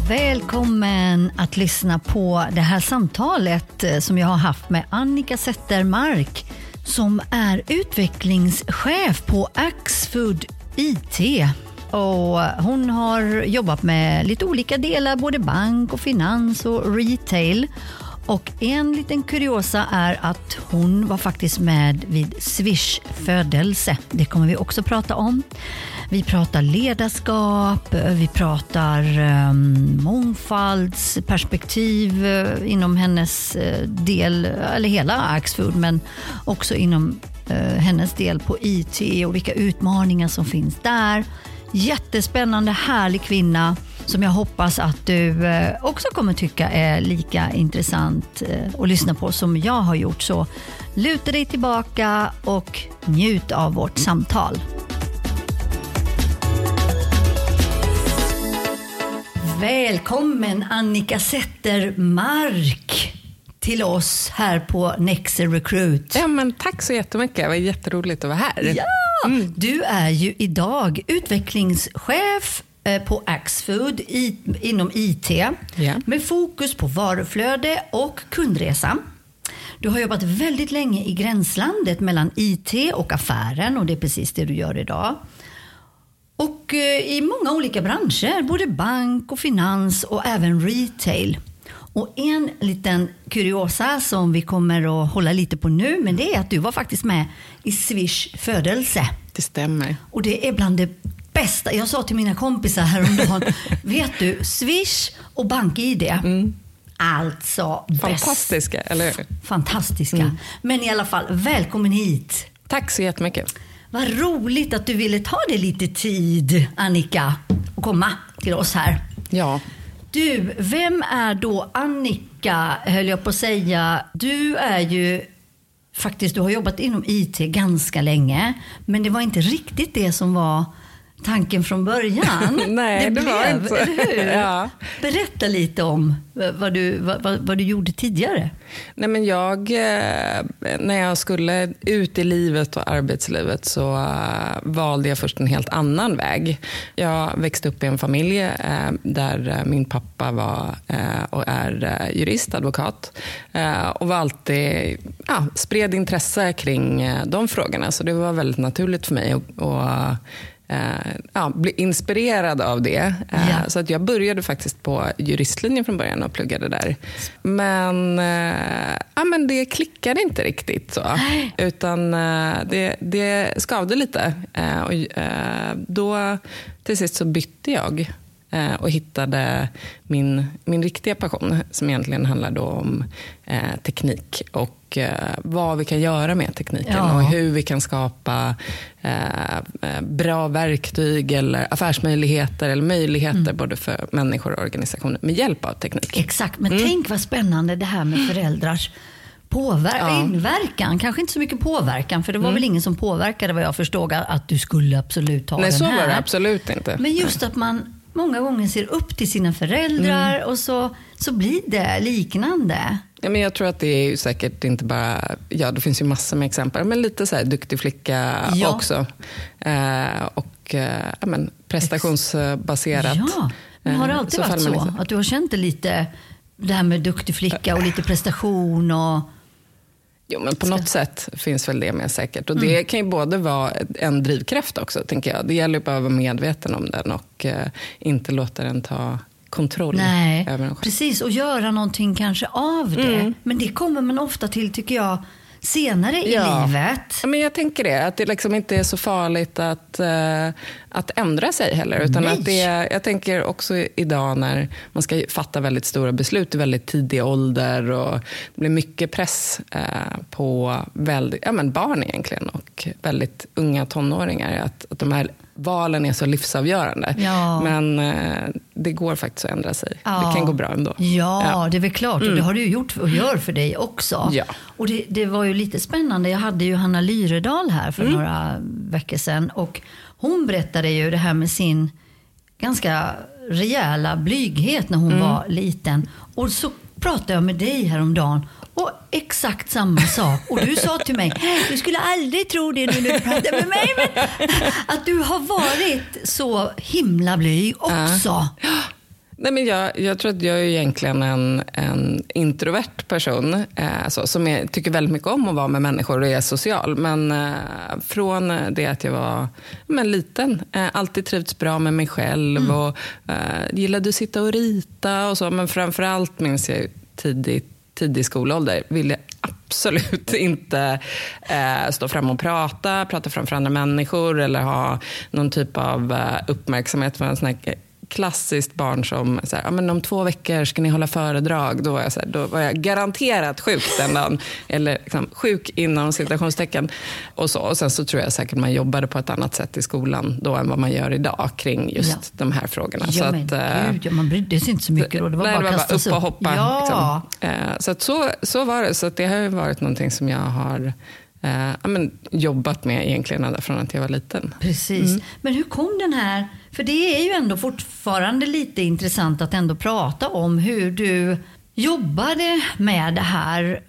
Välkommen att lyssna på det här samtalet som jag har haft med Annika Zettermark som är utvecklingschef på Axfood IT. Och hon har jobbat med lite olika delar, både bank och finans och retail. Och en liten kuriosa är att hon var faktiskt med vid Swish födelse. Det kommer vi också prata om. Vi pratar ledarskap, vi pratar mångfaldsperspektiv inom hennes del, eller hela Axfood, men också inom hennes del på IT och vilka utmaningar som finns där. Jättespännande, härlig kvinna som jag hoppas att du också kommer tycka är lika intressant att lyssna på som jag har gjort. Så luta dig tillbaka och njut av vårt samtal. Välkommen Annika Zettermark till oss här på Nexer Recruit. Ja, men tack så jättemycket. Det var jätteroligt att vara här. Ja, du är ju idag utvecklingschef på Axfood inom IT med fokus på varuflöde och kundresa. Du har jobbat väldigt länge i gränslandet mellan IT och affären och det är precis det du gör idag. Och i många olika branscher, både bank och finans och även retail. Och en liten kuriosa som vi kommer att hålla lite på nu, men det är att du var faktiskt med i Swish födelse. Det stämmer. Och det är bland det bästa. Jag sa till mina kompisar häromdagen, vet du, Swish och BankID. Alltså fantastiska, bäst. eller hur? Fantastiska. Men i alla fall, välkommen hit. Tack så jättemycket. Vad roligt att du ville ta dig lite tid, Annika, och komma till oss här. Ja. Du, vem är då Annika, höll jag på att säga. Du är ju faktiskt, du har jobbat inom IT ganska länge, men det var inte riktigt det som var tanken från början. Nej, det var inte. Eller hur? Ja. Berätta lite om vad du gjorde tidigare. Nej, men när jag skulle ut i livet och arbetslivet så valde jag först en helt annan väg. Jag växte upp i en familj där min pappa var och är jurist, advokat och var alltid spred intresse kring de frågorna, så det var väldigt naturligt för mig att bli inspirerad av det. Så att jag började faktiskt på juristlinjen från början och pluggade där. Men det klickade inte riktigt så. Utan det skavde lite. Och då till sist så bytte jag och hittade min riktiga passion, som egentligen handlar då om teknik och vad vi kan göra med tekniken och hur vi kan skapa bra verktyg eller affärsmöjligheter eller möjligheter både för människor och organisationer med hjälp av teknik. Exakt, men tänk vad spännande det här med föräldrars inverkan. Kanske inte så mycket påverkan, för det var väl ingen som påverkade vad jag förstod att du skulle absolut ta den här. Nej, så var det absolut inte. Men just att man många gånger ser upp till sina föräldrar och så blir det liknande. Ja, men jag tror att det är ju säkert inte bara, det finns ju massor med exempel, men lite så här duktig flicka också. Prestationsbaserat. Ja, men har det alltid varit så att du har känt det lite, det här med duktig flicka och lite prestation och... Jo, men på något sätt finns väl det med säkert. Och det kan ju både vara en drivkraft också, tänker jag. Det gäller ju bara att vara medveten om den och inte låta den ta kontroll över en själv. Precis, och göra någonting kanske av det. Men det kommer man ofta till, tycker jag, senare i livet. Ja, men jag tänker det, att det liksom inte är så farligt att ändra sig heller. Utan att jag tänker också idag när man ska fatta väldigt stora beslut i väldigt tidig ålder och det blir mycket press på barn egentligen och väldigt unga tonåringar, att de här valen är så livsavgörande. Ja. Men det går faktiskt att ändra sig. Ja. Det kan gå bra ändå. Ja, det är väl klart. Och det har du gjort och gör för dig också. Ja. Och det var ju lite spännande. Jag hade ju Hanna Lyredal här för några veckor sedan. Och hon berättade ju det här med sin ganska rejäla blyghet när hon var liten. Och så pratade jag med dig häromdagen. Och exakt samma sak. Och du sa till mig, du skulle aldrig tro det när du pratade med mig, men att du har varit så himla blyg också. Nej, men jag tror att jag är egentligen en introvert person som tycker väldigt mycket om att vara med människor och är social. Men från det att jag var liten, alltid trivts bra med mig själv och gillade att sitta och rita och så. Men framförallt minns jag tidig skolålder ville absolut inte stå fram och prata framför andra människor eller ha någon typ av uppmärksamhet för en sån här klassiskt barn som så här, men om 2 veckor ska ni hålla föredrag. Då var jag garanterat sjuk den dagen. Eller liksom, sjuk inom citationstecken. Och sen så tror jag säkert man jobbade på ett annat sätt i skolan då än vad man gör idag kring just de här frågorna. Ja, så men gud, man brydde sig inte så mycket då. Det var nej, bara det var kasta upp och hoppa. Ja. Liksom. Så var det. Så att det har ju varit någonting som jag har jobbat med egentligen ända från att jag var liten. Precis. Men hur kom den här... För det är ju ändå fortfarande lite intressant att ändå prata om hur du jobbade med det här.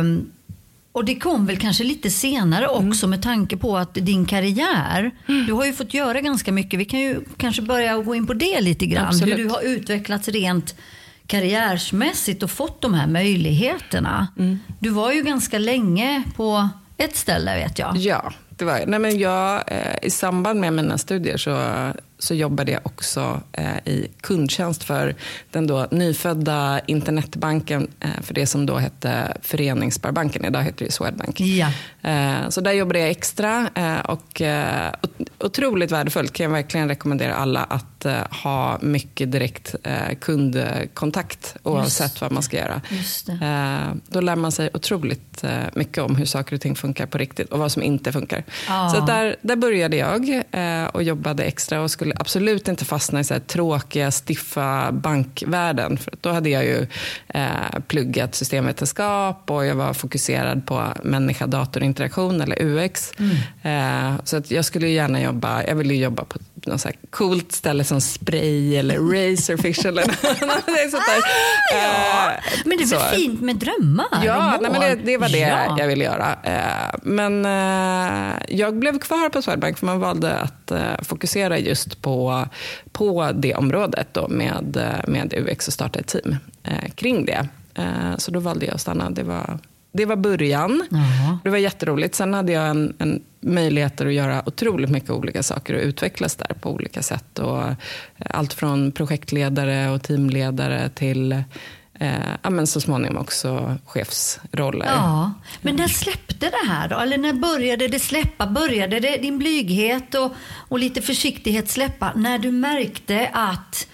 Och det kom väl kanske lite senare också med tanke på att din karriär, du har ju fått göra ganska mycket. Vi kan ju kanske börja gå in på det lite grann. Absolut. Hur du har utvecklats rent karriärsmässigt och fått de här möjligheterna. Du var ju ganska länge på ett ställe, vet jag. Ja, det var jag. Nej, men i samband med mina studier så jobbade jag också i kundtjänst för den då nyfödda internetbanken för det som då hette Föreningssparbanken. Idag heter det Swedbank. Ja. Så där jobbade jag extra och otroligt värdefullt. Kan jag verkligen rekommendera alla att ha mycket direkt kundkontakt oavsett vad man ska göra. Just det. Då lär man sig otroligt mycket om hur saker och ting funkar på riktigt och vad som inte funkar. Så där började jag och jobbade extra och skulle absolut inte fastna i så här tråkiga, stiffa bankvärlden. För då hade jag ju pluggat systemvetenskap och jag var fokuserad på människa-datorinteraktion eller UX. Så att jag skulle gärna ville jobba på något så här coolt ställe som Spray eller Razorfish eller något sånt där. Men det är väl fint med drömmar? Ja, men det var det jag ville göra. Men jag blev kvar på Swedbank för man valde att fokusera just på det området då med UX och starta ett team kring det. Så då valde jag att stanna. Det var början. Det var jätteroligt. Sen hade jag en möjligheter att göra otroligt mycket olika saker och utvecklas där på olika sätt. Och allt från projektledare och teamledare till men så småningom också chefsroller. Ja, men när släppte det här då? Eller när började det släppa? Började det din blyghet och lite försiktighet släppa när du märkte att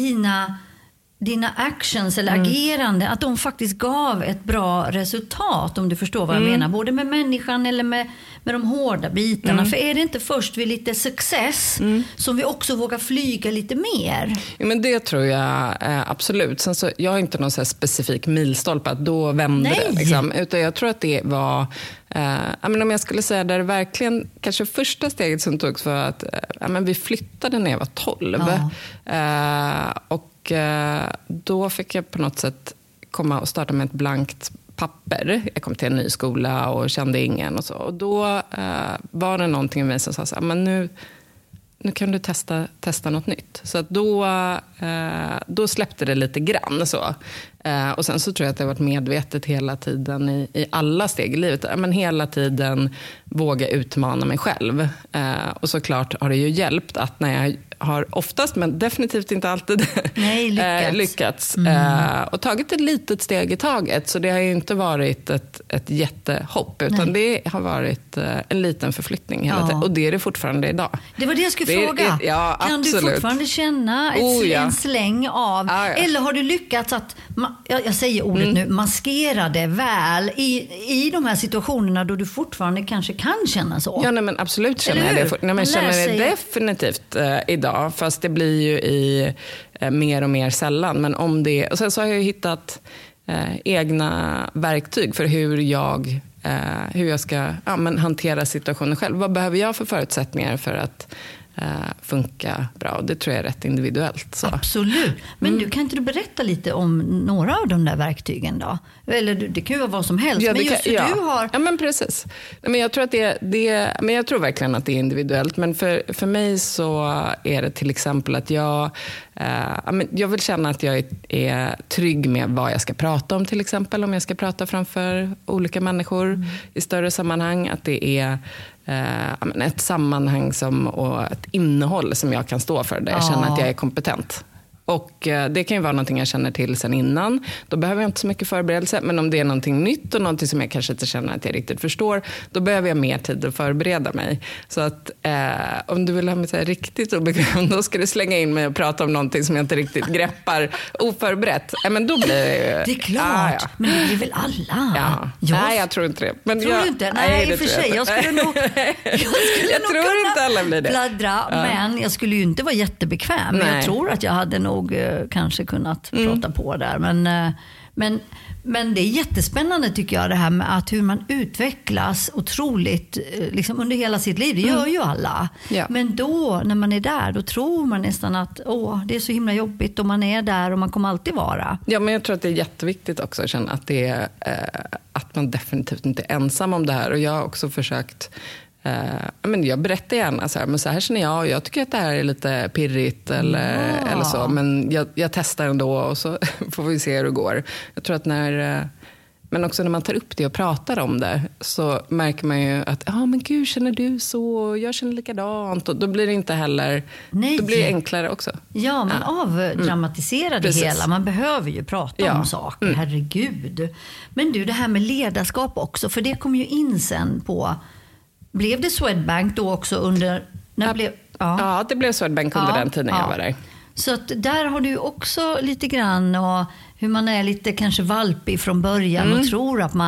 dina actions eller agerande, att de faktiskt gav ett bra resultat, om du förstår vad jag menar, både med människan eller med de hårda bitarna. För är det inte först vid lite success som vi också vågar flyga lite mer? Ja, men det tror jag absolut. Sen så, jag har inte någon så här specifik milstolpe att då vände det. Liksom. Utan jag tror att det var, om jag skulle säga där verkligen, kanske första steget som togs var att vi flyttade när jag var 12. Och då fick jag på något sätt komma och starta med ett blankt papper. Jag kom till en ny skola och kände ingen och så. Och då var det någonting i mig som sa så här, men nu kan du testa något nytt. Så att då släppte det lite grann så. Och sen så tror jag att det har varit medvetet hela tiden i alla steg i livet. Men hela tiden våga utmana mig själv. Och såklart har det ju hjälpt att när jag har oftast, men definitivt inte alltid lyckats. Och tagit ett litet steg i taget. Så det har ju inte varit ett jättehopp, utan det har varit en liten förflyttning hela tiden. Och det är det fortfarande idag. Det var det jag skulle fråga. Kan du fortfarande känna en släng av, eller har du lyckats att, jag säger ordet nu, maskera det väl i de här situationerna då du fortfarande kanske kan känna så? Ja, nej, men absolut känner jag det. Nej, men känner det definitivt idag, fast det blir ju i mer och mer sällan. Men om det, och sen så har jag hittat egna verktyg för hur jag ska hantera situationen själv. Vad behöver jag för förutsättningar för att funka bra. Och det tror jag är rätt individuellt. Så. Absolut. Men kan inte du berätta lite om några av de där verktygen då? Eller det kan ju vara vad som helst. Ja, men just du har... Ja, men precis. Men jag tror att men jag tror verkligen att det är individuellt. Men för mig så är det till exempel att jag vill känna att jag är trygg med vad jag ska prata om, till exempel om jag ska prata framför olika människor i större sammanhang. Att det är ett sammanhang och ett innehåll som jag kan stå för, där jag känner att jag är kompetent. Och det kan ju vara någonting jag känner till sen innan. Då behöver jag inte så mycket förberedelse. Men om det är någonting nytt och någonting som jag kanske inte känner att jag riktigt förstår, då behöver jag mer tid att förbereda mig. Så att om du vill ha mig så här riktigt obekväm, då ska du slänga in mig och prata om någonting som jag inte riktigt greppar oförberett. Men då blir det ju... Det är klart, men det blir väl alla? Ja. Nej, jag tror inte det. Men tror du inte? Nej, i och för sig. Jag skulle nog tror inte alla blir det. Bläddra, men jag skulle ju inte vara jättebekväm. Men jag tror att jag hade nog kanske kunnat prata på där. Men det är jättespännande tycker jag, det här med att hur man utvecklas otroligt liksom under hela sitt liv. Det gör ju alla. Ja. Men då, när man är där, då tror man nästan att det är så himla jobbigt och man är där och man kommer alltid vara. Ja, men jag tror att det är jätteviktigt också att känna att det är, att man definitivt inte är ensam om det här. Och jag har också försökt men jag berättar gärna så här känner jag, och jag tycker att det här är lite pirrigt eller så, men jag testar ändå och så får vi se hur det går. Jag tror att men också när man tar upp det och pratar om det, så märker man ju att men gud, känner du så, jag känner likadant, och då blir det inte heller, då blir det enklare också. Ja, man avdramatiserar det hela. Man behöver ju prata om saker, herregud. Men du, det här med ledarskap också, för det kom ju in sen på... Blev det Swedbank då också under... Ja, det blev Swedbank under den tiden jag var där. Så att där har du också lite grann och hur man är lite kanske valpig från början och tror att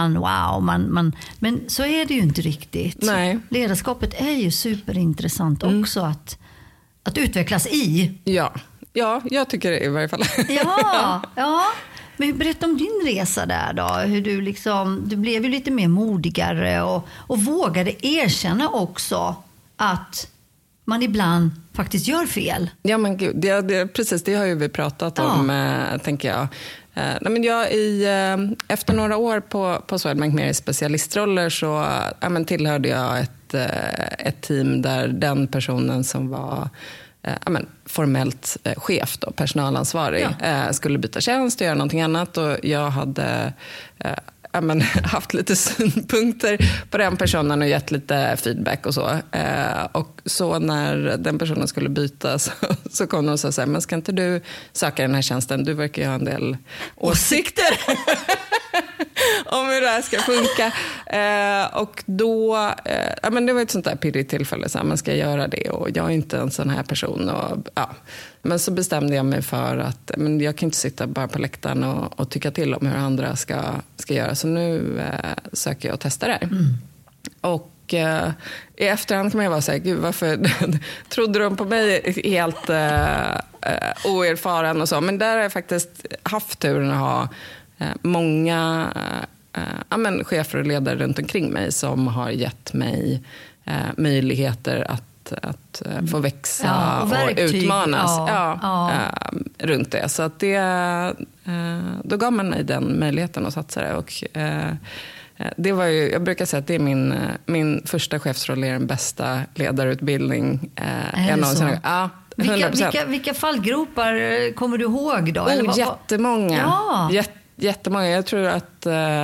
men så är det ju inte riktigt. Nej. Ledarskapet är ju superintressant också att utvecklas i. Ja, jag tycker det i varje fall. Ja. Men berätta om din resa där då. Hur du blev ju lite mer modigare och vågade erkänna också att man ibland faktiskt gör fel. Ja, men gud, precis, det har ju vi pratat om, tänker jag. Men efter några år på Swedbank mer i specialistroller så tillhörde jag ett team där den personen som var formellt chef då, personalansvarig, skulle byta tjänst och göra någonting annat, och jag hade haft lite synpunkter på den personen och gett lite feedback och så. Och så när den personen skulle byta så kom de och sa så här, men ska inte du söka den här tjänsten? Du verkar ju ha en del åsikter om hur det här ska funka. Och då, det var ett sånt där pirrigt tillfälle, så här, man ska göra det, och jag är inte en sån här person. Och, men så bestämde jag mig för att jag kan inte sitta bara på läktaren och tycka till om hur andra ska göra. Så nu söker jag och testar det. Och i efterhand kan man ju vara så här, gud, varför trodde de på mig helt oerfaren och så. Men där har jag faktiskt haft turen att ha många chefer och ledare runt omkring mig som har gett mig möjligheter att få växa och utmanas runt det. Så att då gav man mig den möjligheten att satsa det. Och det var ju, jag brukar säga att det är min första chefsroll, är den bästa ledarutbildning jag någonsin har. 100%. Vilka fallgropar kommer du ihåg då? Jättemånga. Jättemånga. Jag tror att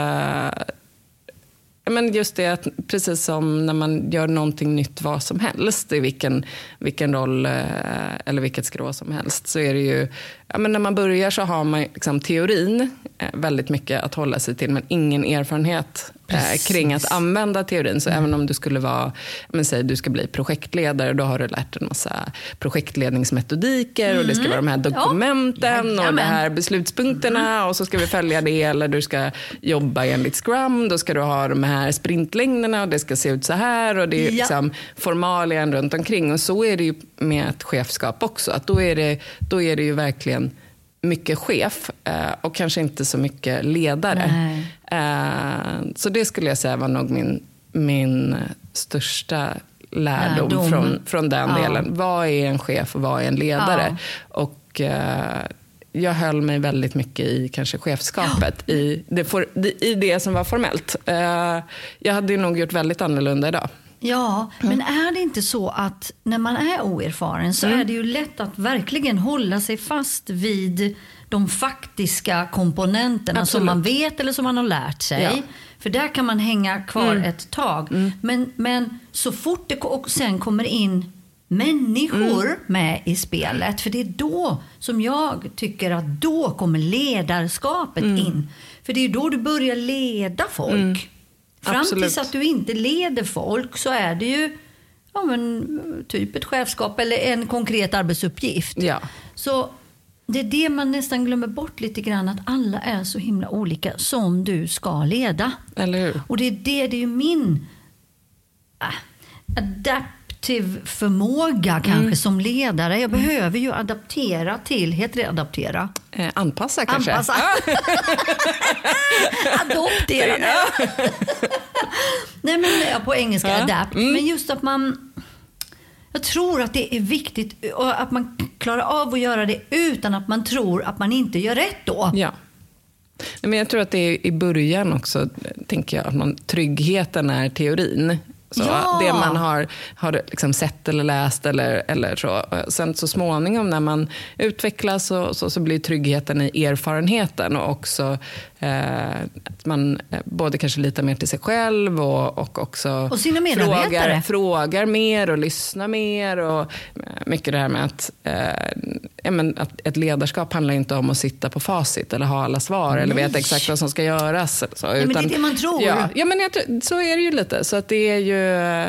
men just det, att precis som när man gör någonting nytt, vad som helst, i vilken roll eller vilket skrå som helst, så är det ju, när man börjar så har man liksom teorin väldigt mycket att hålla sig till, men ingen erfarenhet kring att använda teorin. Så även om du skulle vara, säg du ska bli projektledare, då har du lärt en massa projektledningsmetodiker och det ska vara de här dokumenten och de här beslutspunkterna och så ska vi följa det, eller du ska jobba enligt Scrum, då ska du ha de här sprintlängderna och det ska se ut så här, och det är liksom formalien runt omkring. Och så är det ju med ett chefskap också, att då är det ju verkligen mycket chef och kanske inte så mycket ledare. Så det skulle jag säga var nog min största lärdom från den delen. Vad är en chef och vad är en ledare? Och jag höll mig väldigt mycket i kanske chefskapet, i det som var formellt. Jag hade ju nog gjort väldigt annorlunda idag. Ja, men är det inte så att när man är oerfaren så är det ju lätt att verkligen hålla sig fast vid de faktiska komponenterna som man vet eller som man har lärt sig. Ja. För där kan man hänga kvar ett tag. Men så fort det sen kommer in människor med i spelet, för det är då som jag tycker att då kommer ledarskapet in. För det är då du börjar leda folk. Fram tills att du inte leder folk så är det ju typ ett chefskap eller en konkret arbetsuppgift. Ja. Så det är det man nästan glömmer bort lite grann, att alla är så himla olika som du ska leda. Eller hur? Och det är ju min adaptive förmåga kanske som ledare. Jag behöver ju adaptera till, heter det adaptera? Anpassa kanske. Adoptera. Nej, men på engelska adapt. Men just att jag tror att det är viktigt att man klarar av att göra det utan att man tror att man inte gör rätt då. Ja. Men jag tror att det är i början också, tänker jag, att tryggheten är teorin. Så det man har liksom sett eller läst eller så. Sen så småningom när man utvecklas så blir tryggheten i erfarenheten, och också att man både kanske litar mer till sig själv och också och sina medarbetare. Frågar mer och lyssnar mer, och mycket det här med att ett ledarskap handlar inte om att sitta på facit eller ha alla svar eller veta exakt vad som ska göras. Så, men det är det man tror. Ja, men så är det ju lite. Så att det är ju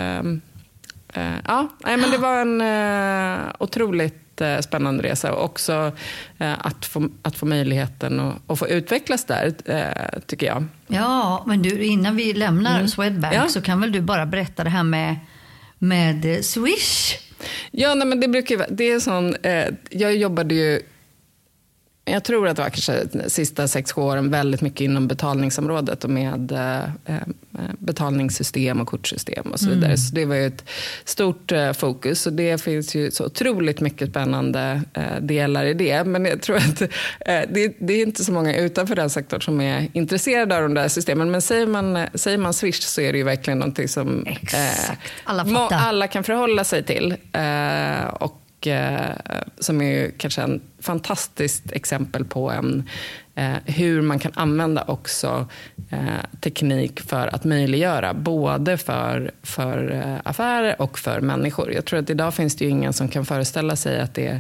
men det var en otroligt spännande resa, och också att få möjligheten att få utvecklas där, tycker jag. Ja, men du, innan vi lämnar Swedbank så kan väl du bara berätta det här med Swish? Ja, nej, men det är sån, jag jobbade ju, jag tror att det var kanske de sista 6 åren väldigt mycket inom betalningsområdet och med betalningssystem och kortsystem och så vidare. Så det var ju ett stort fokus, och det finns ju så otroligt mycket spännande delar i det. Men jag tror att det är inte så många utanför den sektorn som är intresserade av de där systemen. Men säger man Swish så är det ju verkligen någonting som alla kan förhålla sig till. Och som är kanske en fantastiskt exempel på hur man kan använda också teknik för att möjliggöra både för affärer och för människor. Jag tror att idag finns det ju ingen som kan föreställa sig att det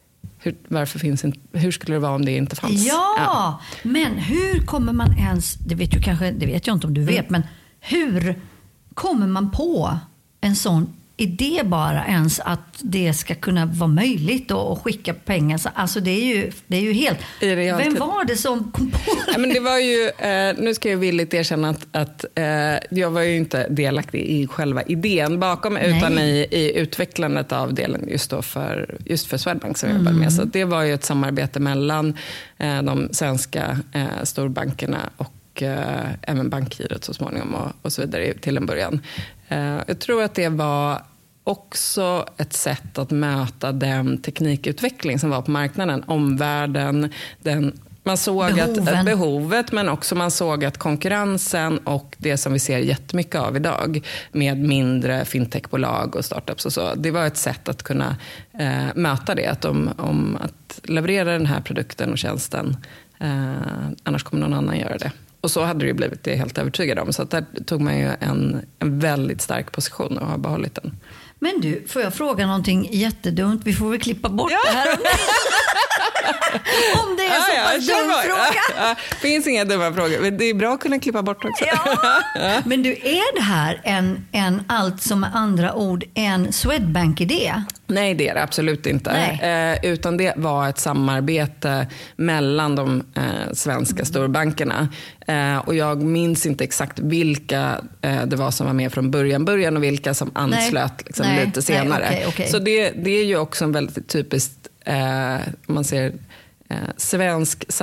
hur skulle det vara om det inte fanns? Ja, men hur kommer man ens, det vet jag inte om du vet, men hur kommer man på en sån idé bara ens att det ska kunna vara möjligt att skicka pengar? Alltså det är ju helt... Vem var det som kom på det? Ja, men det var ju, nu ska jag villigt erkänna att jag var ju inte delaktig i själva idén bakom, utan i utvecklandet av delen just för Swedbank som jag jobbade med. Så det var ju ett samarbete mellan de svenska storbankerna och även Bankgirot så småningom och så vidare till en början. Jag tror att det var också ett sätt att möta den teknikutveckling som var på marknaden, omvärlden, man såg att behovet, men också man såg att konkurrensen och det som vi ser jättemycket av idag med mindre fintechbolag och startups och så, det var ett sätt att kunna möta det, om att leverera den här produkten och tjänsten, annars kommer någon annan göra det. Och så hade det ju blivit, det är helt övertygad om. Så att där tog man ju en väldigt stark position och har behållit den. Men du, får jag fråga någonting jättedumt? Vi får väl klippa bort det här om det är så pass dum fråga. Det finns inga dumma frågor, men det är bra att kunna klippa bort också. Men du, är det här en allt som med andra ord en Swedbank-idé? Nej, det är det absolut inte. Utan det var ett samarbete mellan de svenska storbankerna. Och jag minns inte exakt vilka det var som var med från början och vilka som anslöt lite senare. Okay. Så det är ju också en väldigt typiskt, man ser svensk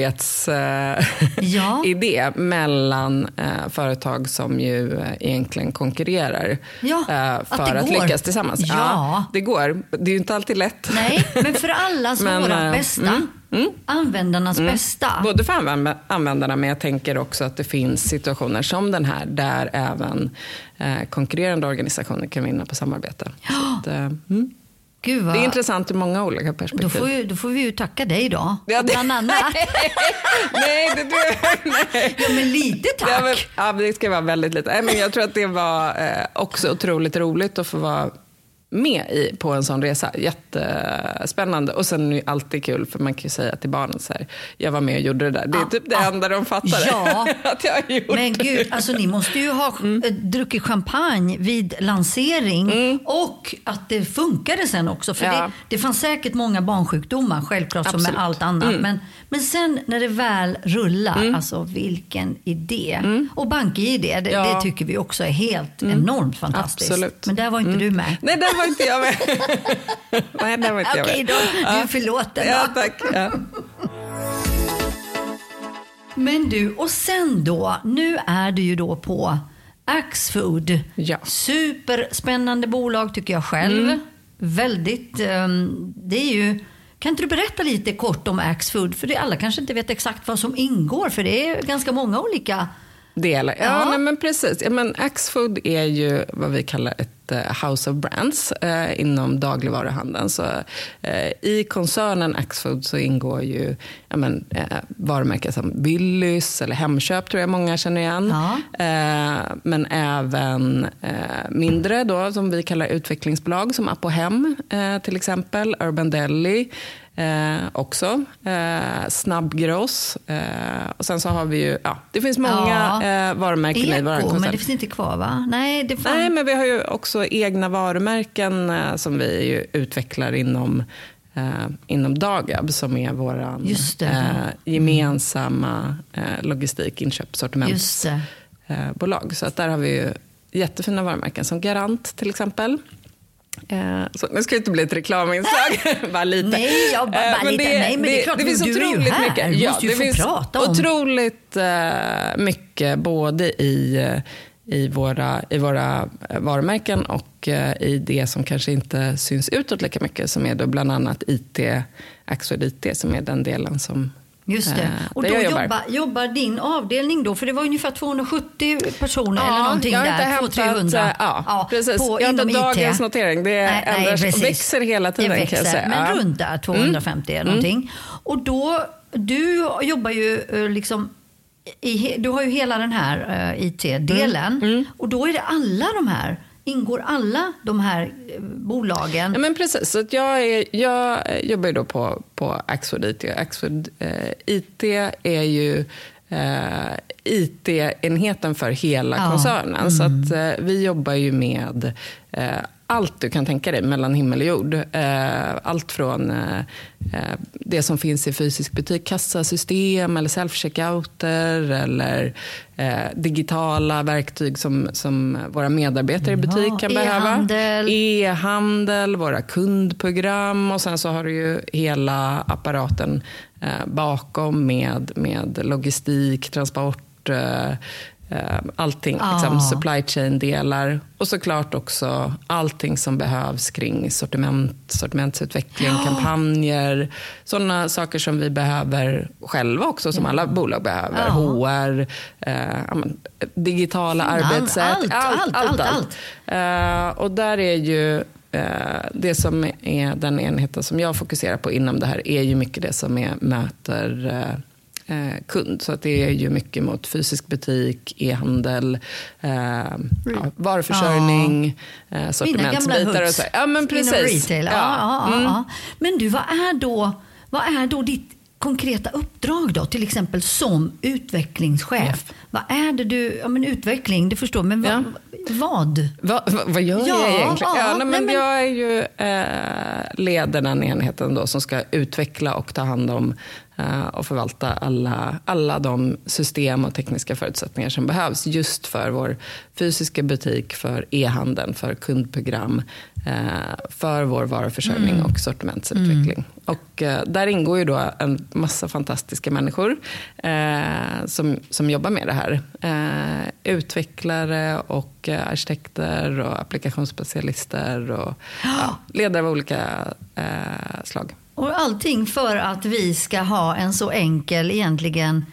samarbetsidé mellan företag som ju egentligen konkurrerar för att lyckas tillsammans. Ja, det går. Det är ju inte alltid lätt. Nej, men för allas våra bästa. Användarnas bästa. Både för användarna, men jag tänker också att det finns situationer som den här där även konkurrerande organisationer kan vinna på samarbete. Så att, Gud, det är intressant ur många olika perspektiv. Då får vi ju tacka dig då. Ja, bland annat. Nej, det tror jag. Nej. Ja, men lite tack. Ja, men det ska vara väldigt lite. Men jag tror att det var också otroligt roligt att få vara med på en sån resa. Jättespännande. Och sen är det alltid kul, för man kan ju säga till barnen så här: jag var med och gjorde det där. Det är typ det enda de fattar. Ja. Att jag har gjort. Men gud, alltså ni måste ju ha druckit champagne vid lansering och att det funkade sen också. För det fanns säkert många barnsjukdomar, självklart. Absolut. Som med allt annat. Men sen när det väl rullar, alltså vilken idé. Och BankID, det tycker vi också är helt enormt fantastiskt. Absolut. Men där var inte du med. Nej, där var inte jag med. Nej, där var inte jag med. Okej då, du förlåter. Ja, tack. Ja. Men du, och sen då, nu är du ju då på Axfood. Ja. Superspännande bolag tycker jag själv. Väldigt, det är ju... Kan inte du berätta lite kort om Axfood? För alla kanske inte vet exakt vad som ingår, för det är ganska många olika delar. Ja, nej, men precis. Men Axfood är ju vad vi kallar ett House of Brands inom dagligvaruhandeln. Så i koncernen Axfood så ingår ju varumärken som Willys eller Hemköp, tror jag många känner igen. Men även mindre då, som vi kallar utvecklingsbolag, som Apohem till exempel, Urban Deli också, Snabbgross, och sen så har vi ju, det finns många varumärken i våran koncern. Men det finns inte kvar, va? Nej, men vi har ju också egna varumärken som vi ju utvecklar inom Dagab, som är våran gemensamma logistik, inköp, sortimentsbolag. Så att där har vi ju jättefina varumärken som Garant till exempel. Så nu ska det inte bli ett reklaminslag. Bara lite. Nej, men det är klart, det finns otroligt mycket. Ja, det finns otroligt mycket, både i våra varumärken och i det som kanske inte syns utåt lika mycket, som är då bland annat Axfood IT, som är den delen som... Just det. Och då jobbar din avdelning då, för det var ungefär 270 personer eller någonting där, 200-300. Ja, precis. Jag har inte dagens notering, det växer hela tiden. Det växer, men runt där 250 någonting. Och då, du jobbar ju liksom, du har ju hela den här IT-delen, och då är det alla de här, ingår alla de här bolagen? Ja, men precis. Så att jag jobbar ju då på Axfood IT. Axfood IT är ju IT-enheten för hela koncernen. Så att vi jobbar ju med allt du kan tänka dig mellan himmel och jord. Allt från det som finns i fysisk butik, kassasystem eller self-checkouter eller digitala verktyg som våra medarbetare i butik kan behöva. E-handel, våra kundprogram, och sen så har du ju hela apparaten bakom med logistik, transport, allting, liksom supply chain-delar, och såklart också allting som behövs kring sortimentsutveckling, kampanjer, sådana saker som vi behöver själva också, som alla bolag behöver, HR, digitala arbetssätt, allt. Och där är ju det som är den enheten som jag fokuserar på inom det här, är ju mycket det som möter kund. Så att det är ju mycket mot fysisk butik, e-handel, varuförsörjning, sortimentsbitar och så. Ja, men precis. Retail. Men du, vad är då ditt konkreta uppdrag då, till exempel som utvecklingschef? Vad är det du, utveckling, det förstår, men vad? Vad gör jag egentligen? Jag är ju leder den enheten då som ska utveckla och ta hand om och förvalta alla de system och tekniska förutsättningar som behövs just för vår fysiska butik, för e-handeln, för kundprogram, för vår varuförsörjning och sortimentsutveckling. Och där ingår ju då en massa fantastiska människor som jobbar med det här. Utvecklare och arkitekter och applikationsspecialister och ledare av olika slag. Och allting för att vi ska ha en så enkel egentligen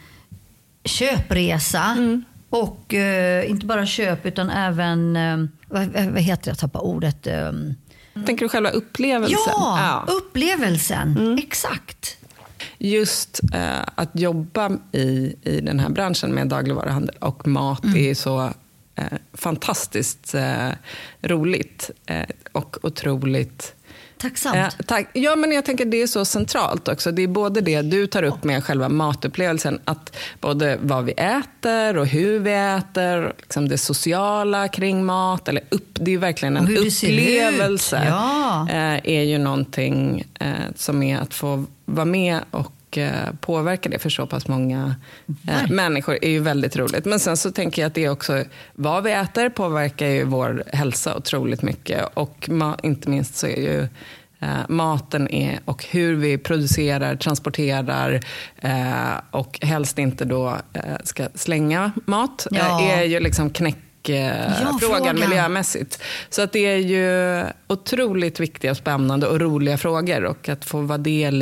köpresa. Och inte bara köp utan även, vad heter det, jag tappar ordet. Tänker du själva upplevelsen? Ja, upplevelsen, exakt. Just att jobba i den här branschen med dagligvaruhandel och mat är så fantastiskt roligt och otroligt tacksamt. Ja, men jag tänker det är så centralt också. Det är både det du tar upp med själva matupplevelsen, att både vad vi äter och hur vi äter, liksom det sociala kring mat, eller det är verkligen en upplevelse. Ja. Är ju någonting som är att få vara med och påverka det för så pass många människor är ju väldigt roligt. Men sen så tänker jag att det är också vad vi äter påverkar ju vår hälsa otroligt mycket, och inte minst så är ju maten och hur vi producerar, transporterar och helst inte då ska slänga mat är ju liksom frågan miljömässigt. Så att det är ju otroligt viktiga, spännande och roliga frågor, och att få vara del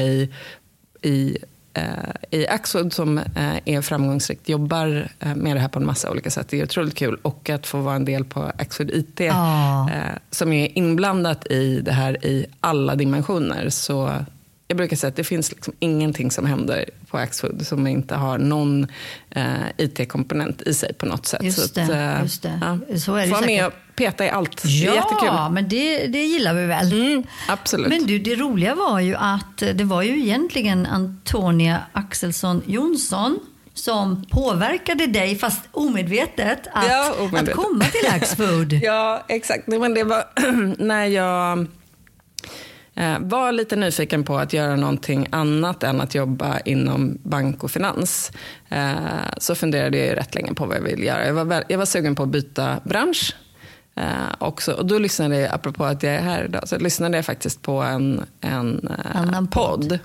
i Axfood som är framgångsrikt, jobbar med det här på en massa olika sätt. Det är otroligt kul, och att få vara en del på Axfood IT som är inblandat i det här i alla dimensioner. Så jag brukar säga att det finns liksom ingenting som händer på Axfood som inte har någon IT-komponent i sig på något sätt. Just det. Så är det. Få med och peta i allt. Ja, jättekul. Men det gillar vi väl. Absolut. Men du, det roliga var ju att det var ju egentligen Antonia Axelsson Jonsson som påverkade dig, fast omedvetet, att komma till Axfood. Ja, exakt. Men det var när jag var lite nyfiken på att göra någonting annat än att jobba inom bank och finans. Så funderade jag rätt länge på vad jag ville göra. Jag var sugen på att byta bransch också. Och då lyssnade jag, apropå att jag är här idag, så lyssnade jag faktiskt på en annan podd.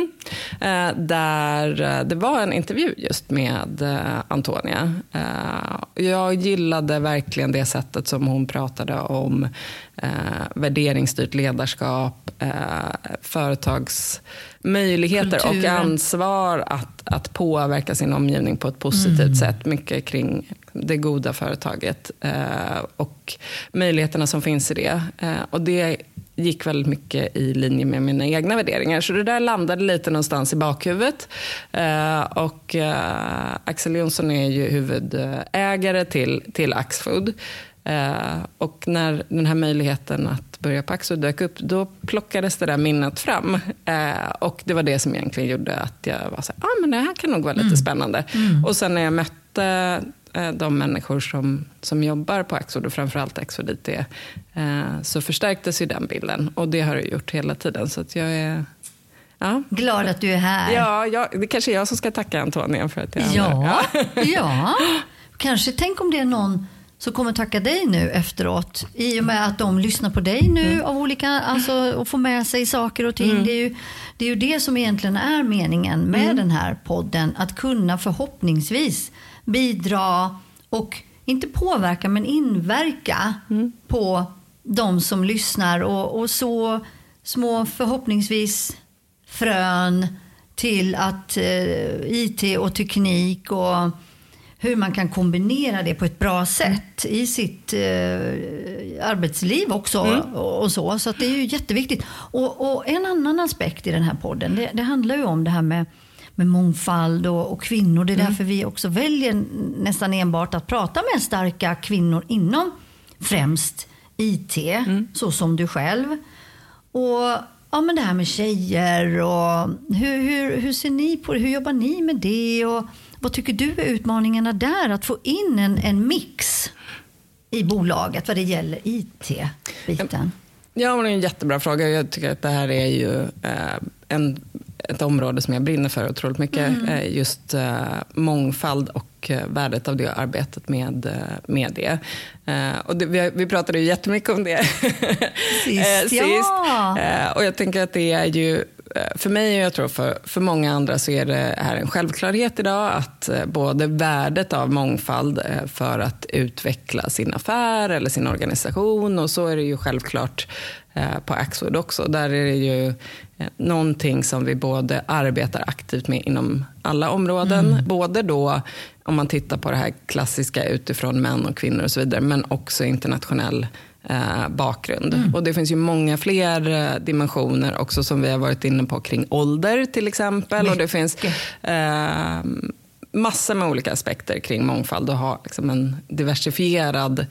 Där det var en intervju just med Antonia. Jag gillade verkligen det sättet som hon pratade om värderingsstyrt ledarskap, företags möjligheter och ansvar att påverka sin omgivning på ett positivt sätt. Mycket kring det goda företaget och möjligheterna som finns i det. Och det gick väldigt mycket i linje med mina egna värderingar. Så det där landade lite någonstans i bakhuvudet. Och Axel Jonsson är ju huvudägare till Axfood. Och när den här möjligheten att börja på Axfood dök upp, då plockades det där minnet fram. Och det var det som egentligen gjorde att jag var så här, men det här kan nog vara lite spännande. Och sen när jag mötte de människor som jobbar på Axfood, och framförallt Axfood IT, så förstärktes ju den bilden. Och det har jag gjort hela tiden. Så att jag är glad att du är här. Ja, det kanske är jag som ska tacka Antonia för att jag Ja. Kanske tänk om det är någon som kommer tacka dig nu efteråt, i och med att de lyssnar på dig nu av olika, och får med sig saker och ting. Det är ju det som egentligen är meningen med den här podden, att kunna förhoppningsvis bidra och inte påverka men inverka på de som lyssnar, och så små förhoppningsvis frön till att IT och teknik och hur man kan kombinera det på ett bra sätt i sitt arbetsliv också. Och så att det är ju jätteviktigt. Och en annan aspekt i den här podden, det handlar ju om det här med mångfald och kvinnor. Det är därför vi också väljer nästan enbart att prata med starka kvinnor inom främst IT, så som du själv. Och men det här med tjejer, och hur ser ni på det? Hur jobbar ni med det? Och vad tycker du är utmaningarna där? Att få in en mix i bolaget vad det gäller IT-biten. Ja, men det är en jättebra fråga. Jag tycker att det här är ju ett område som jag brinner för otroligt mycket. Just mångfald och värdet av det arbetet med det. Och vi pratade ju jättemycket om det sist. Och jag tänker att det är ju, för mig och jag tror för många andra så är det här en självklarhet idag att både värdet av mångfald för att utveckla sin affär eller sin organisation, och så är det ju självklart på Axfood också. Där är det ju någonting som vi både arbetar aktivt med inom alla områden. Både då om man tittar på det här klassiska utifrån män och kvinnor och så vidare, men också internationell bakgrund. Och det finns ju många fler dimensioner också som vi har varit inne på kring ålder till exempel. Och det finns massor med olika aspekter kring mångfald och ha liksom en diversifierad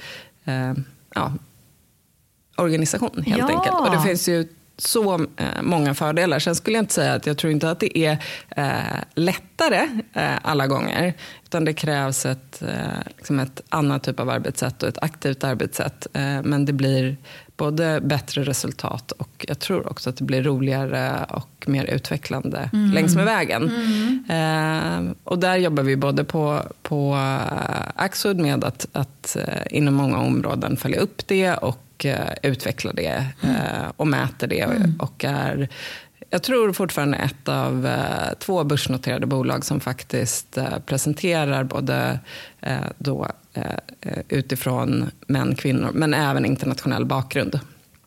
organisation helt enkelt. Och det finns ju så många fördelar. Sen skulle jag inte säga att jag tror inte att det är lättare alla gånger, utan det krävs ett annat typ av arbetssätt och ett aktivt arbetssätt. Men det blir både bättre resultat och jag tror också att det blir roligare och mer utvecklande längs med vägen. Och där jobbar vi både på Axfood med att inom många områden följa upp det och utveckla det och mäter det och är, jag tror fortfarande ett av 2 börsnoterade bolag som faktiskt presenterar både utifrån män, kvinnor, men även internationell bakgrund.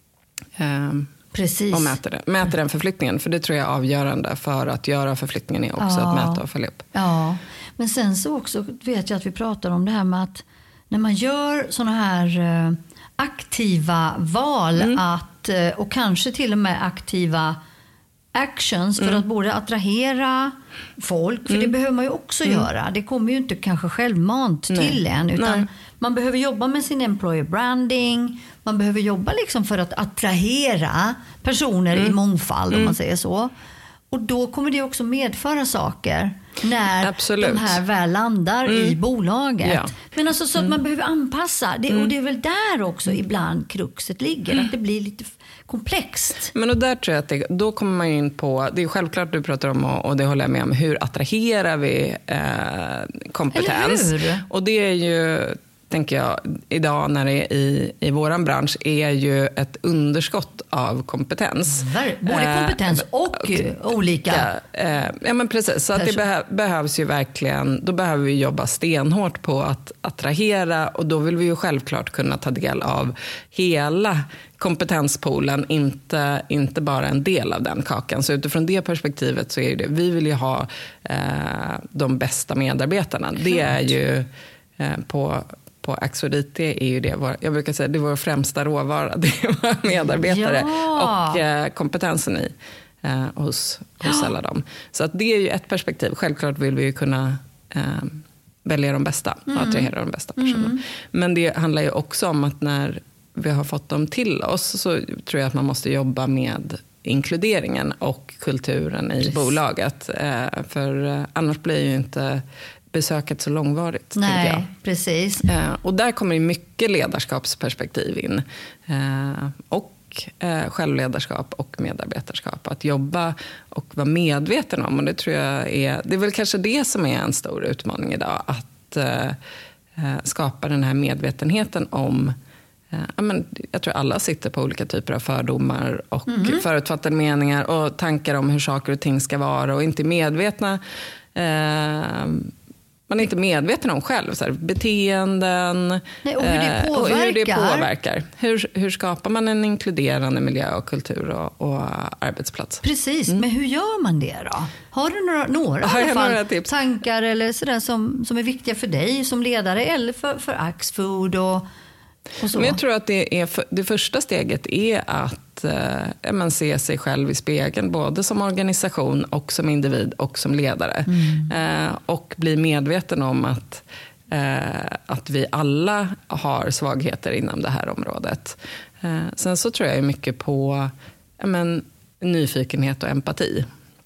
Precis. Och mäter den förflyttningen, för det tror jag är avgörande för att göra förflyttningen är också att mäta och följa upp. Ja, men sen så också vet jag att vi pratar om det här med att när man gör såna här aktiva val och kanske till och med aktiva actions för att både attrahera folk, för det behöver man ju också göra. Det kommer ju inte kanske självmant till en, utan man behöver jobba med sin employer branding, man behöver jobba liksom för att attrahera personer i mångfald om man säger så. Och då kommer det också medföra saker när de här väl landar i bolaget. Ja. Men alltså så att man behöver anpassa. Och det är väl där också ibland kruxet ligger. Att det blir lite komplext. Men och där tror jag att då kommer man in på, det är självklart du pratar om och det håller jag med om, hur attraherar vi kompetens? Och det är ju, tänker jag, idag när det är i våran bransch är ju ett underskott av kompetens. Både kompetens och olika. Ja, men precis. Så att det behövs ju verkligen, då behöver vi jobba stenhårt på att attrahera, och då vill vi ju självklart kunna ta del av hela kompetenspoolen, inte bara en del av den kakan. Så utifrån det perspektivet så är det, vi vill ju ha de bästa medarbetarna. Det är ju på Axfood IT är ju det, jag brukar säga, det är vår främsta råvara, det är våra medarbetare och kompetensen hos alla dem. Så att det är ju ett perspektiv. Självklart vill vi ju kunna välja de bästa och attrahera de bästa personerna. Men det handlar ju också om att när vi har fått dem till oss så tror jag att man måste jobba med inkluderingen och kulturen i bolaget. För annars blir ju inte besöket så långvarigt. Nej, precis. Och där kommer ju mycket ledarskapsperspektiv in. Och självledarskap och medarbetarskap. Att jobba och vara medveten om. Och det tror jag det är väl kanske det som är en stor utmaning idag. Att skapa den här medvetenheten om. Jag tror alla sitter på olika typer av fördomar och förutfattade meningar och tankar om hur saker och ting ska vara och inte medvetna. Man är inte medveten om själv så här, beteenden. Nej, och hur det påverkar. Hur skapar man en inkluderande miljö och kultur och arbetsplats? Precis, men hur gör man det då? Har du några tips? Tankar eller sådär som är viktiga för dig som ledare eller för Axfood och så? Men jag tror att det första steget är att man ser sig själv i spegeln både som organisation och som individ och som ledare. Och bli medveten om att vi alla har svagheter inom det här området. Sen så tror jag mycket på nyfikenhet och empati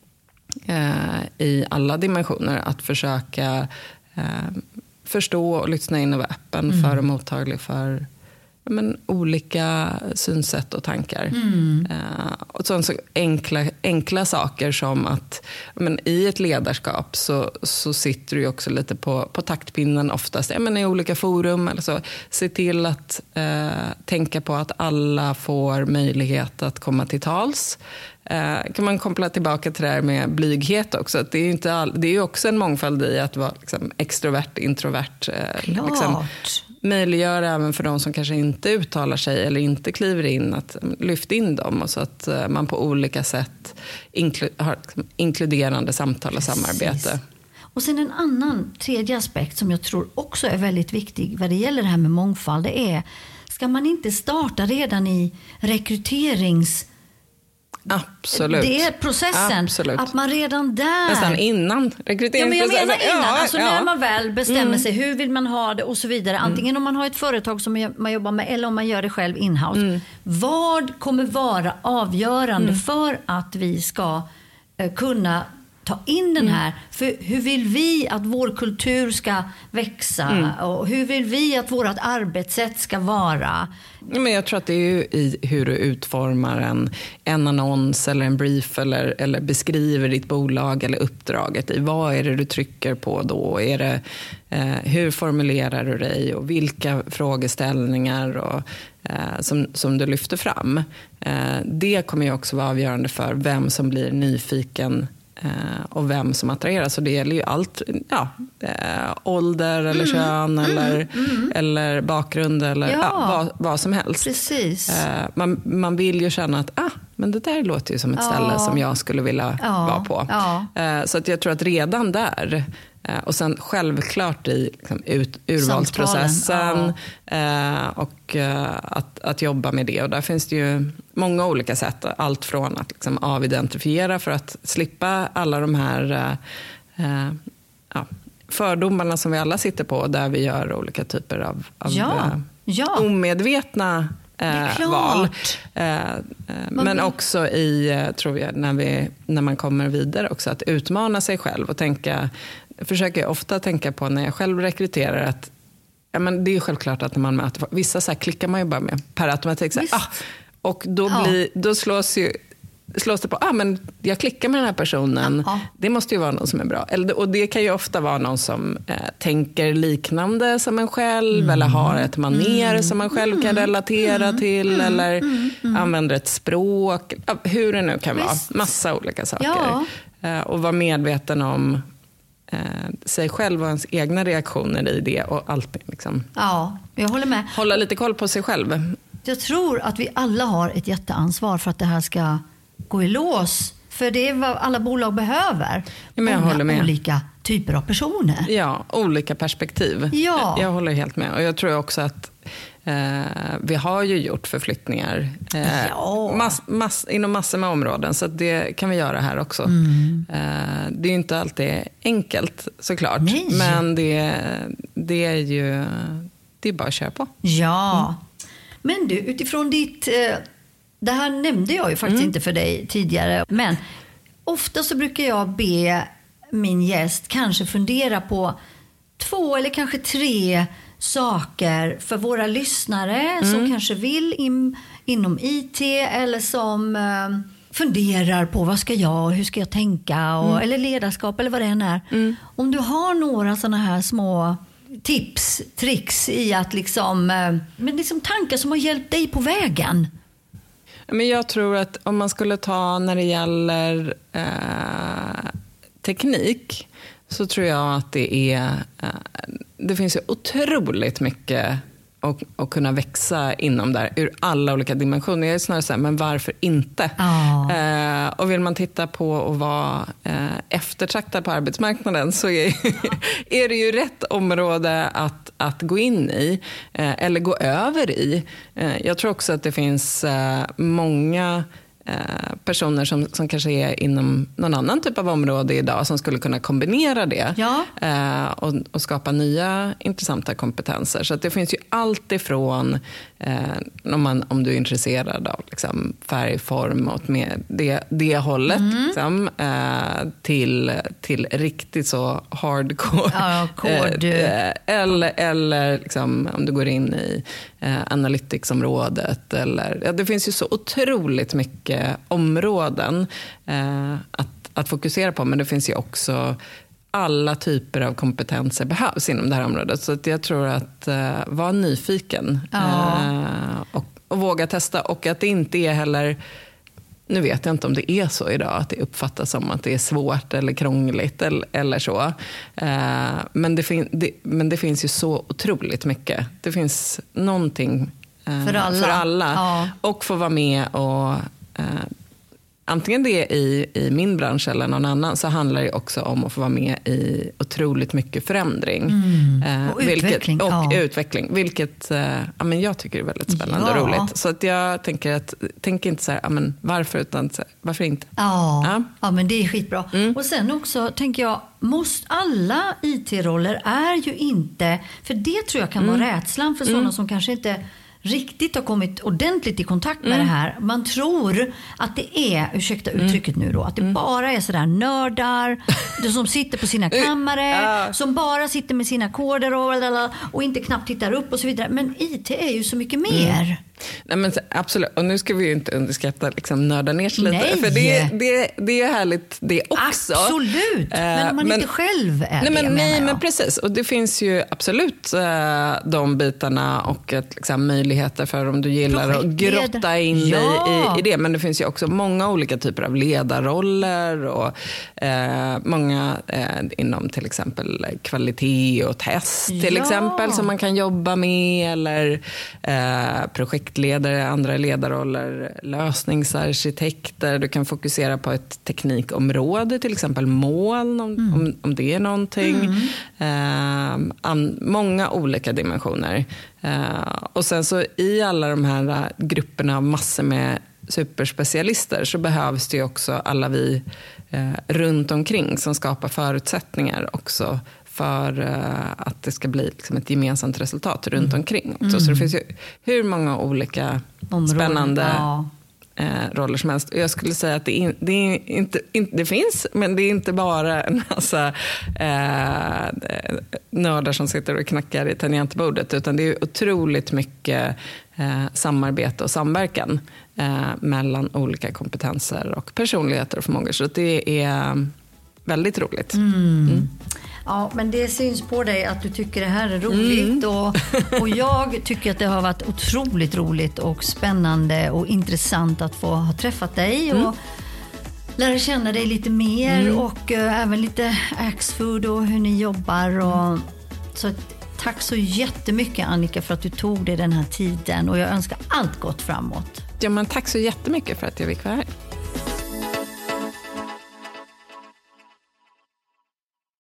i alla dimensioner. Att försöka förstå och lyssna in och vara öppen för och mottaglig för olika synsätt och tankar. Och så enkla saker som att i ett ledarskap så sitter du också lite på taktpinnen oftast i olika forum. Eller så. Se till att tänka på att alla får möjlighet att komma till tals. Kan man koppla tillbaka till det här med blyghet också. Att det är ju också en mångfald i att vara liksom, extrovert, introvert. Liksom, möjliggöra även för de som kanske inte uttalar sig eller inte kliver in att lyfta in dem. Och så att man på olika sätt har inkluderande samtal och samarbete. Och sen en tredje aspekt som jag tror också är väldigt viktig vad det gäller det här med mångfald. Det är, ska man inte starta redan i rekryterings... Absolut. Det är processen. Absolut. Att man redan där... Nästan innan rekryteringsprocessen. Jag menar innan. Alltså när man väl bestämmer sig, hur vill man ha det och så vidare. Antingen om man har ett företag som man jobbar med eller om man gör det själv in-house. Vad kommer vara avgörande för att vi ska kunna ta in den här? För hur vill vi att vår kultur ska växa? Och hur vill vi att vårt arbetssätt ska vara? Men jag tror att det är ju i hur du utformar en annons eller en brief eller beskriver ditt bolag eller uppdraget. I vad är det du trycker på då? Är det, hur formulerar du dig och vilka frågeställningar och, som du lyfter fram? Det kommer ju också vara avgörande för vem som blir nyfiken och vem som attraheras. Så det gäller ju allt, ålder eller kön eller bakgrund eller vad som helst. Precis. Man vill ju känna att men det där låter ju som ett ställe som jag skulle vilja vara på. Så att jag tror att redan där och sen självklart i liksom, urvalsprocessen och att jobba med det. Och där finns det ju många olika sätt. Allt från att liksom, avidentifiera för att slippa alla de här fördomarna som vi alla sitter på. Där vi gör olika typer av omedvetna val. Men också tror jag, när man kommer vidare också, att utmana sig själv och försöker jag ofta tänka på när jag själv rekryterar att men det är självklart att när man möter vissa så här klickar man ju bara med per automatik så här, och då slås det på, men jag klickar med den här personen, det måste ju vara någon som är bra. Och det kan ju ofta vara någon som tänker liknande som en själv eller har ett manér som man själv kan relatera till eller använder ett språk, hur det nu kan vara. Massa olika saker. Och vara medveten om sig själv och ens egna reaktioner i det och allt liksom. Ja, jag håller med. Hålla lite koll på sig själv. Jag tror att vi alla har ett jätteansvar för att det här ska gå i lås. För det är vad alla bolag behöver. Men jag håller med. Olika typer av personer. Ja, olika perspektiv. Ja. Jag håller helt med. Och jag tror också att vi har ju gjort förflyttningar inom massor med områden. Så att det kan vi göra här också. Det är ju inte alltid enkelt såklart. Nej. Men det är ju det är bara att köra på. Ja. Men du, utifrån ditt... Det här nämnde jag ju faktiskt inte för dig tidigare. Men ofta så brukar jag be min gäst kanske fundera på 2 eller kanske 3 saker för våra lyssnare som kanske vill inom IT eller som funderar på vad ska jag, hur ska jag tänka eller ledarskap eller vad det än är. Om du har några sådana här små tips, tricks i att liksom tankar som har hjälpt dig på vägen. Men jag tror att om man skulle ta när det gäller teknik så tror jag att det finns ju otroligt mycket att kunna växa inom där ur alla olika dimensioner. Jag är snarare så här, men varför inte? Och vill man titta på att vara eftertraktad på arbetsmarknaden så är det ju rätt område att gå in i eller gå över i. Jag tror också att det finns många personer som kanske är inom någon annan typ av område idag som skulle kunna kombinera det och skapa nya intressanta kompetenser. Så att det finns ju allt ifrån om du är intresserad av liksom, färgform och med det hållet liksom, till till riktigt så hardcore. Ja, eller liksom, om du går in i analytics-området. Det finns ju så otroligt mycket områden att fokusera på, men det finns ju också alla typer av kompetenser behövs inom det här området. Så att jag tror att vara nyfiken och våga testa. Och att det inte är heller, nu vet jag inte om det är så idag, att det uppfattas som att det är svårt eller krångligt eller så. Men det finns ju så otroligt mycket. Det finns någonting för alla. Ja. Och få vara med och antingen det i min bransch eller någon annan, så handlar det också om att få vara med i otroligt mycket förändring. Och utveckling. Utveckling, vilket men jag tycker är väldigt spännande och roligt. Så att jag tänker inte så här, men varför, utan så här, varför inte? Ja, men det är skitbra. Och sen också tänker jag, alla IT-roller är ju inte, för det tror jag kan vara rädslan för sådana som kanske inte riktigt har kommit ordentligt i kontakt med det här. Man tror att det är, ursäkta uttrycket nu då, att det bara är sådär nördar som sitter på sina kammare, som bara sitter med sina koder och inte knappt tittar upp och så vidare. Men IT är ju så mycket mer. Nej, men absolut, och nu ska vi ju inte underskatta liksom nörda ner sig lite. Nej. För det är härligt det också. Absolut, men om man inte själv är men precis. Och det finns ju absolut de bitarna och liksom, möjligheter för om du gillar att grotta in dig i det. Men det finns ju också många olika typer av ledarroller och många inom till exempel kvalitet och test till exempel som man kan jobba med, eller projektledare, andra ledarroller, lösningsarkitekter. Du kan fokusera på ett teknikområde, till exempel moln, om det är någonting. Många olika dimensioner. Och sen så i alla de här grupperna av massor med superspecialister så behövs det ju också alla vi runt omkring som skapar förutsättningar också för att det ska bli liksom ett gemensamt resultat runt omkring också. Så det finns ju hur många olika spännande roller som helst. Och jag skulle säga att det finns, men det är inte bara en massa nördar som sitter och knackar i tangentbordet, utan det är otroligt mycket samarbete och samverkan mellan olika kompetenser och personligheter och förmågor. Så det är väldigt roligt. Ja, men det syns på dig att du tycker det här är roligt och jag tycker att det har varit otroligt roligt och spännande och intressant att få ha träffat dig och lära känna dig lite mer och även lite Axfood och hur ni jobbar. Och, så tack så jättemycket, Annika, för att du tog dig den här tiden och jag önskar allt gott framåt. Ja, men tack så jättemycket för att jag fick vara här.